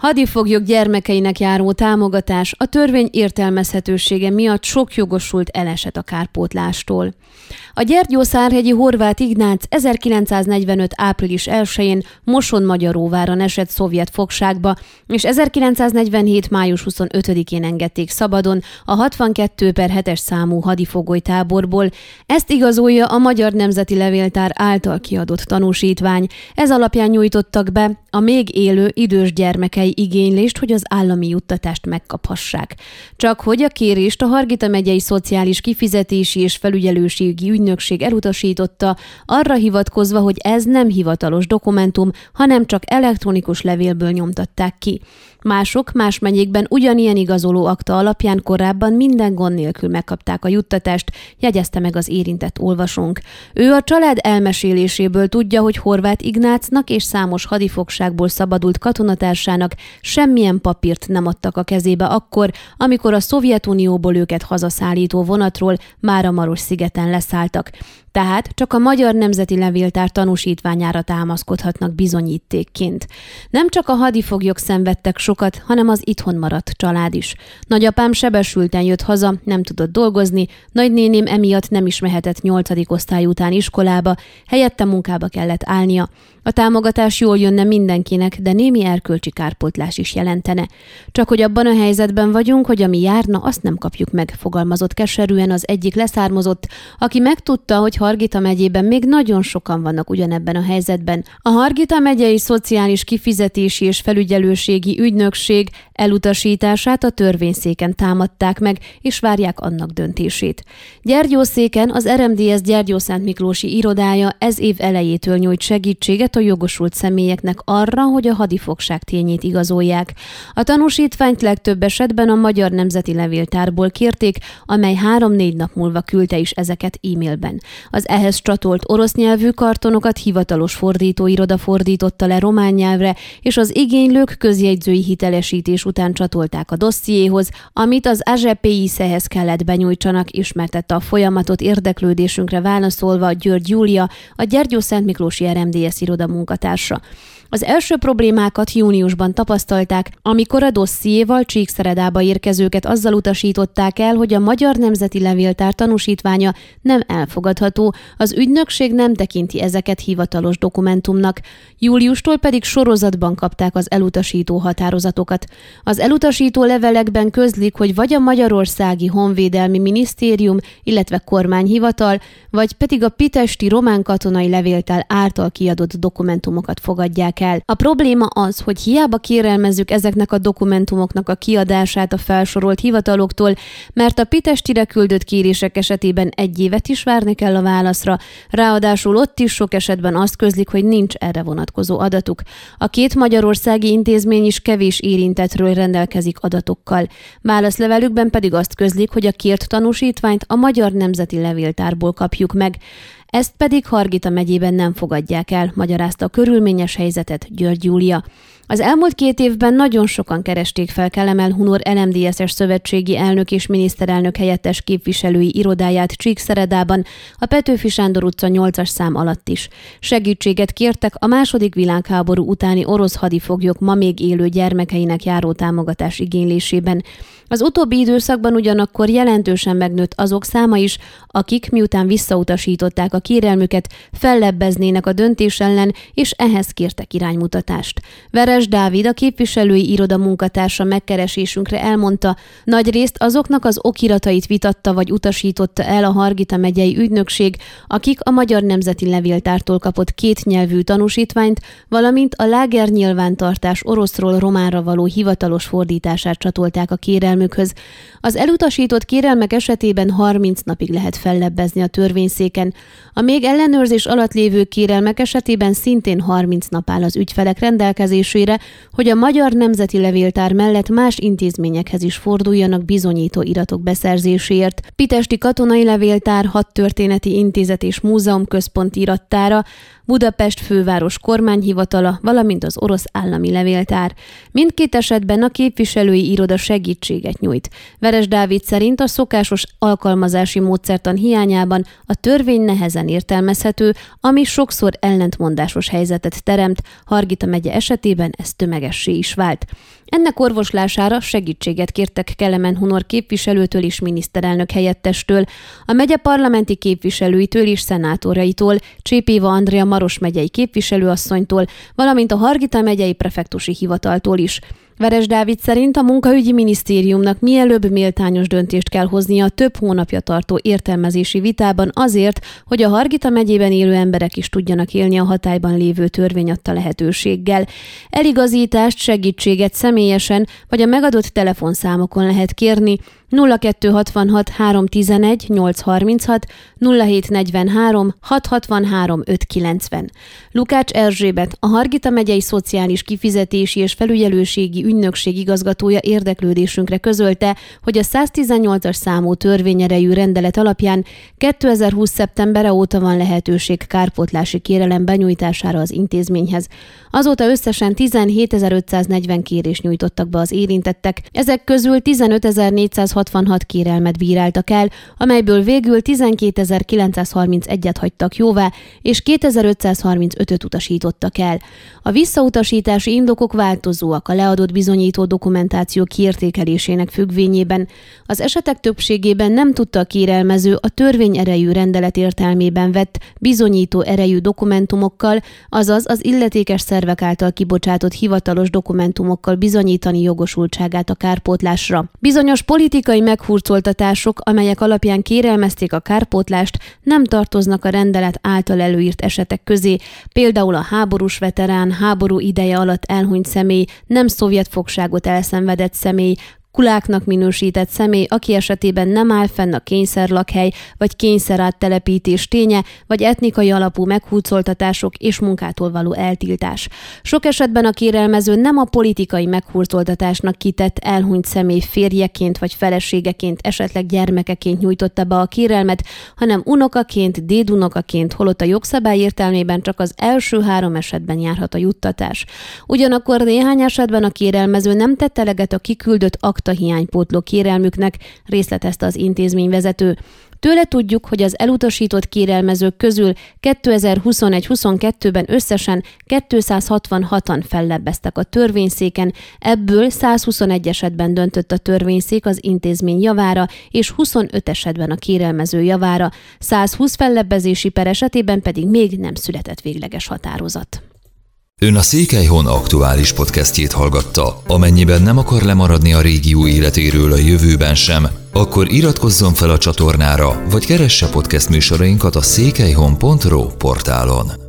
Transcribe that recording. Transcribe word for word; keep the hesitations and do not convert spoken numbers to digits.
Hadifoglyok gyermekeinek járó támogatás a törvény értelmezhetősége miatt sok jogosult elesett a kárpótlástól. A Gyergyószárhegyi Horváth Ignác ezerkilencszáznegyvenöt. április elsején Mosonmagyaróváron esett szovjet fogságba, és ezerkilencszáznegyvenhét. május huszonötödikén engedték szabadon a hatvankettő per hetes számú hadifogolytáborból. Ezt igazolja a Magyar Nemzeti Levéltár által kiadott tanúsítvány. Ez alapján nyújtottak be a még élő idős gyermekei igénylést, hogy az állami juttatást megkaphassák. Csak hogy a kérést a Hargita megyei Szociális Kifizetési és Felügyelőségi Ügynökség elutasította, arra hivatkozva, hogy ez nem hivatalos dokumentum, hanem csak elektronikus levélből nyomtatták ki. Mások más megyékben ugyanilyen igazoló akta alapján korábban minden gond nélkül megkapták a juttatást, jegyezte meg az érintett olvasónk. Ő a család elmeséléséből tudja, hogy Horváth Ignácnak és számos hadifogságból szabadult katonatársának semmilyen papírt nem adtak a kezébe akkor, amikor a Szovjetunióból őket hazaszállító vonatról Máramaros-szigeten leszálltak. Tehát csak a Magyar Nemzeti Levéltár tanúsítványára támaszkodhatnak bizonyítékként. Nem csak a hadifoglyok szenvedtek sokat, hanem az itthon maradt család is. Nagyapám sebesülten jött haza, nem tudott dolgozni, nagynéném emiatt nem is mehetett nyolcadik osztály után iskolába, helyette munkába kellett állnia. A támogatás jól jönne mindenkinek, de némi erkölcsi kárpótlás is jelentene. Csak hogy abban a helyzetben vagyunk, hogy ami járna, azt nem kapjuk meg, fogalmazott keserűen az egyik leszármazott, aki megtudta, hogy Hargita megyében még nagyon sokan vannak ugyanebben a helyzetben. A Hargita megyei Szociális Kifizetési és Felügyelőségi Ügynökség elutasítását a törvényszéken támadták meg, és várják annak döntését. Gyergyószéken az er em dé es Gyergyószentmiklósi irodája ez év elejétől nyújt segítséget a jogosult személyeknek arra, hogy a hadifogság tényét igazolják. A tanúsítványt legtöbb esetben a Magyar Nemzeti Levéltárból kérték, amely három-négy nap múlva küldte is ezeket e-mailben. Az ehhez csatolt orosz nyelvű kartonokat hivatalos fordítóiroda fordította le román nyelvre, és az igénylők közjegyzői hitelesítés után csatolták a dossziéhoz, amit az á zé pé i es-hez kellett benyújtsanak, ismertette a folyamatot érdeklődésünkre válaszolva György Júlia, a Gyergyószentmiklósi er em dé es iroda munkatársa. Az első problémákat júniusban tapasztalták, amikor a dossziéval Csíkszeredába érkezőket azzal utasították el, hogy a Magyar Nemzeti Levéltár tanúsítványa nem elfogadható, az ügynökség nem tekinti ezeket hivatalos dokumentumnak. Júliustól pedig sorozatban kapták az elutasító határozatokat. Az elutasító levelekben közlik, hogy vagy a Magyarországi Honvédelmi Minisztérium, illetve kormányhivatal, vagy pedig a pitesti román katonai levéltár által kiadott dokumentumokat fogadják el. A probléma az, hogy hiába kérelmezzük ezeknek a dokumentumoknak a kiadását a felsorolt hivataloktól, mert a pitestire küldött kérések esetében egy évet is várni kell a válaszra, ráadásul ott is sok esetben azt közlik, hogy nincs erre vonatkozó adatuk. A két magyarországi intézmény is kevés érintettről rendelkezik adatokkal. Válaszlevelükben pedig azt közlik, hogy a kért tanúsítványt a Magyar Nemzeti Levéltárból kapjuk meg. Ezt pedig Hargita megyében nem fogadják el, magyarázta a körülményes helyzetet György Júlia. Az elmúlt két évben nagyon sokan keresték fel Kelemel Hunor el em dé es-es szövetségi elnök és miniszterelnök helyettes képviselői irodáját Csíkszeredában, a Petőfi Sándor utca nyolcas szám alatt is. Segítséget kértek a második világháború utáni orosz hadifoglyok ma még élő gyermekeinek járó támogatás igénylésében. Az utóbbi időszakban ugyanakkor jelentősen megnőtt azok száma is, akik miután visszautasították a kérelmüket, fellebbeznének a döntés ellen, és ehhez kértek iránymutatást. Veres Dávid, a képviselői iroda munkatársa megkeresésünkre elmondta, nagyrészt azoknak az okiratait vitatta vagy utasította el a Hargita megyei ügynökség, akik a Magyar Nemzeti Levéltártól kapott kétnyelvű tanúsítványt, valamint a láger nyilvántartás oroszról románra való hivatalos fordítását csatolták a kérelmükhöz. Az elutasított kérelmek esetében harminc napig lehet fellebbezni a törvényszéken. A még ellenőrzés alatt lévő kérelmek esetében szintén harminc nap áll az ügyfelek rendelkezésére, hogy a Magyar Nemzeti Levéltár mellett más intézményekhez is forduljanak bizonyító iratok beszerzéséért. Pitesti Katonai Levéltár, Hadtörténeti Intézet és Múzeum központi irattára, Budapest főváros kormányhivatala, valamint az orosz állami levéltár. Mindkét esetben a képviselői iroda segítséget nyújt. Veres Dávid szerint a szokásos alkalmazási módszertan hiányában a törvény nehezen értelmezhető, ami sokszor ellentmondásos helyzetet teremt, Hargita megye esetében ez tömegessé is vált. Ennek orvoslására segítséget kértek Kelemen Hunor képviselőtől és miniszterelnök helyettestől, a megye parlamenti képviselőitől és szenátoraitól, Csépéva Andrea Maros megyei képviselőasszonytól, valamint a Hargita megyei prefektusi hivataltól is. Veres Dávid szerint a munkaügyi minisztériumnak mielőbb méltányos döntést kell hoznia a több hónapja tartó értelmezési vitában azért, hogy a Hargita megyében élő emberek is tudjanak élni a hatályban lévő törvény adta lehetőséggel. Eligazítást, segítséget személyesen vagy a megadott telefonszámokon lehet kérni, nulla kettő hatvanhat három tizenegy nyolc harminchat, nulla hét negyvenhárom hat hatvanhárom öt kilencven. Lukács Erzsébet, a Hargita megyei Szociális Kifizetési és Felügyelőségi Ügynökség igazgatója érdeklődésünkre közölte, hogy a száztizennyolcas számú törvényerejű rendelet alapján kétezer-húsz szeptembere óta van lehetőség kárpótlási kérelem benyújtására az intézményhez. Azóta összesen tizenhétezer-ötszáznegyven kérést nyújtottak be az érintettek, ezek közül tizenötezer-négyszázhatvanhat kérelmet bíráltak el, amelyből végül tizenkétezer-kilencszázharmincegyet hagytak jóvá, és kétezer-ötszázharmincötöt utasítottak el. A visszautasítási indokok változóak a leadott bizonyító dokumentáció kiértékelésének függvényében. Az esetek többségében nem tudta a kérelmező a törvény erejű rendelet értelmében vett bizonyító erejű dokumentumokkal, azaz az illetékes szervek által kibocsátott hivatalos dokumentumokkal bizonyítani jogosultságát a kárpótlásra. Bizonyos politikai meghurcoltatások, amelyek alapján kérelmezték a kárpótlást, nem tartoznak a rendelet által előírt esetek közé, például a háborús veterán, háború ideje alatt elhunyt személy, nem szovjet fogságot elszenvedett személy, kuláknak minősített személy, aki esetében nem áll fenn a kényszerlakhely vagy kényszeráttelepítés ténye, vagy etnikai alapú meghurcoltatások és munkától való eltiltás. Sok esetben a kérelmező nem a politikai meghurcoltatásnak kitett elhunyt személy férjeként vagy feleségeként, esetleg gyermekeként nyújtotta be a kérelmet, hanem unokaként, dédunokaként, holott a jogszabály értelmében csak az első három esetben járhat a juttatás. Ugyanakkor néhány esetben a kérelmező nem tett eleget a kiküldött akt a hiánypótló kérelmüknek, részletezte az intézményvezető. Tőle tudjuk, hogy az elutasított kérelmezők közül kétezer-huszonegy-huszonkettőben összesen kétszázhatvanhatan fellebbeztek a törvényszéken, ebből százhuszonegy esetben döntött a törvényszék az intézmény javára, és huszonöt esetben a kérelmező javára, százhúsz fellebbezési per esetében pedig még nem született végleges határozat. Ön a Székelyhon aktuális podcastjét hallgatta. Amennyiben nem akar lemaradni a régió életéről a jövőben sem, akkor iratkozzon fel a csatornára, vagy keresse podcast műsorainkat a székelyhon pont ro portálon.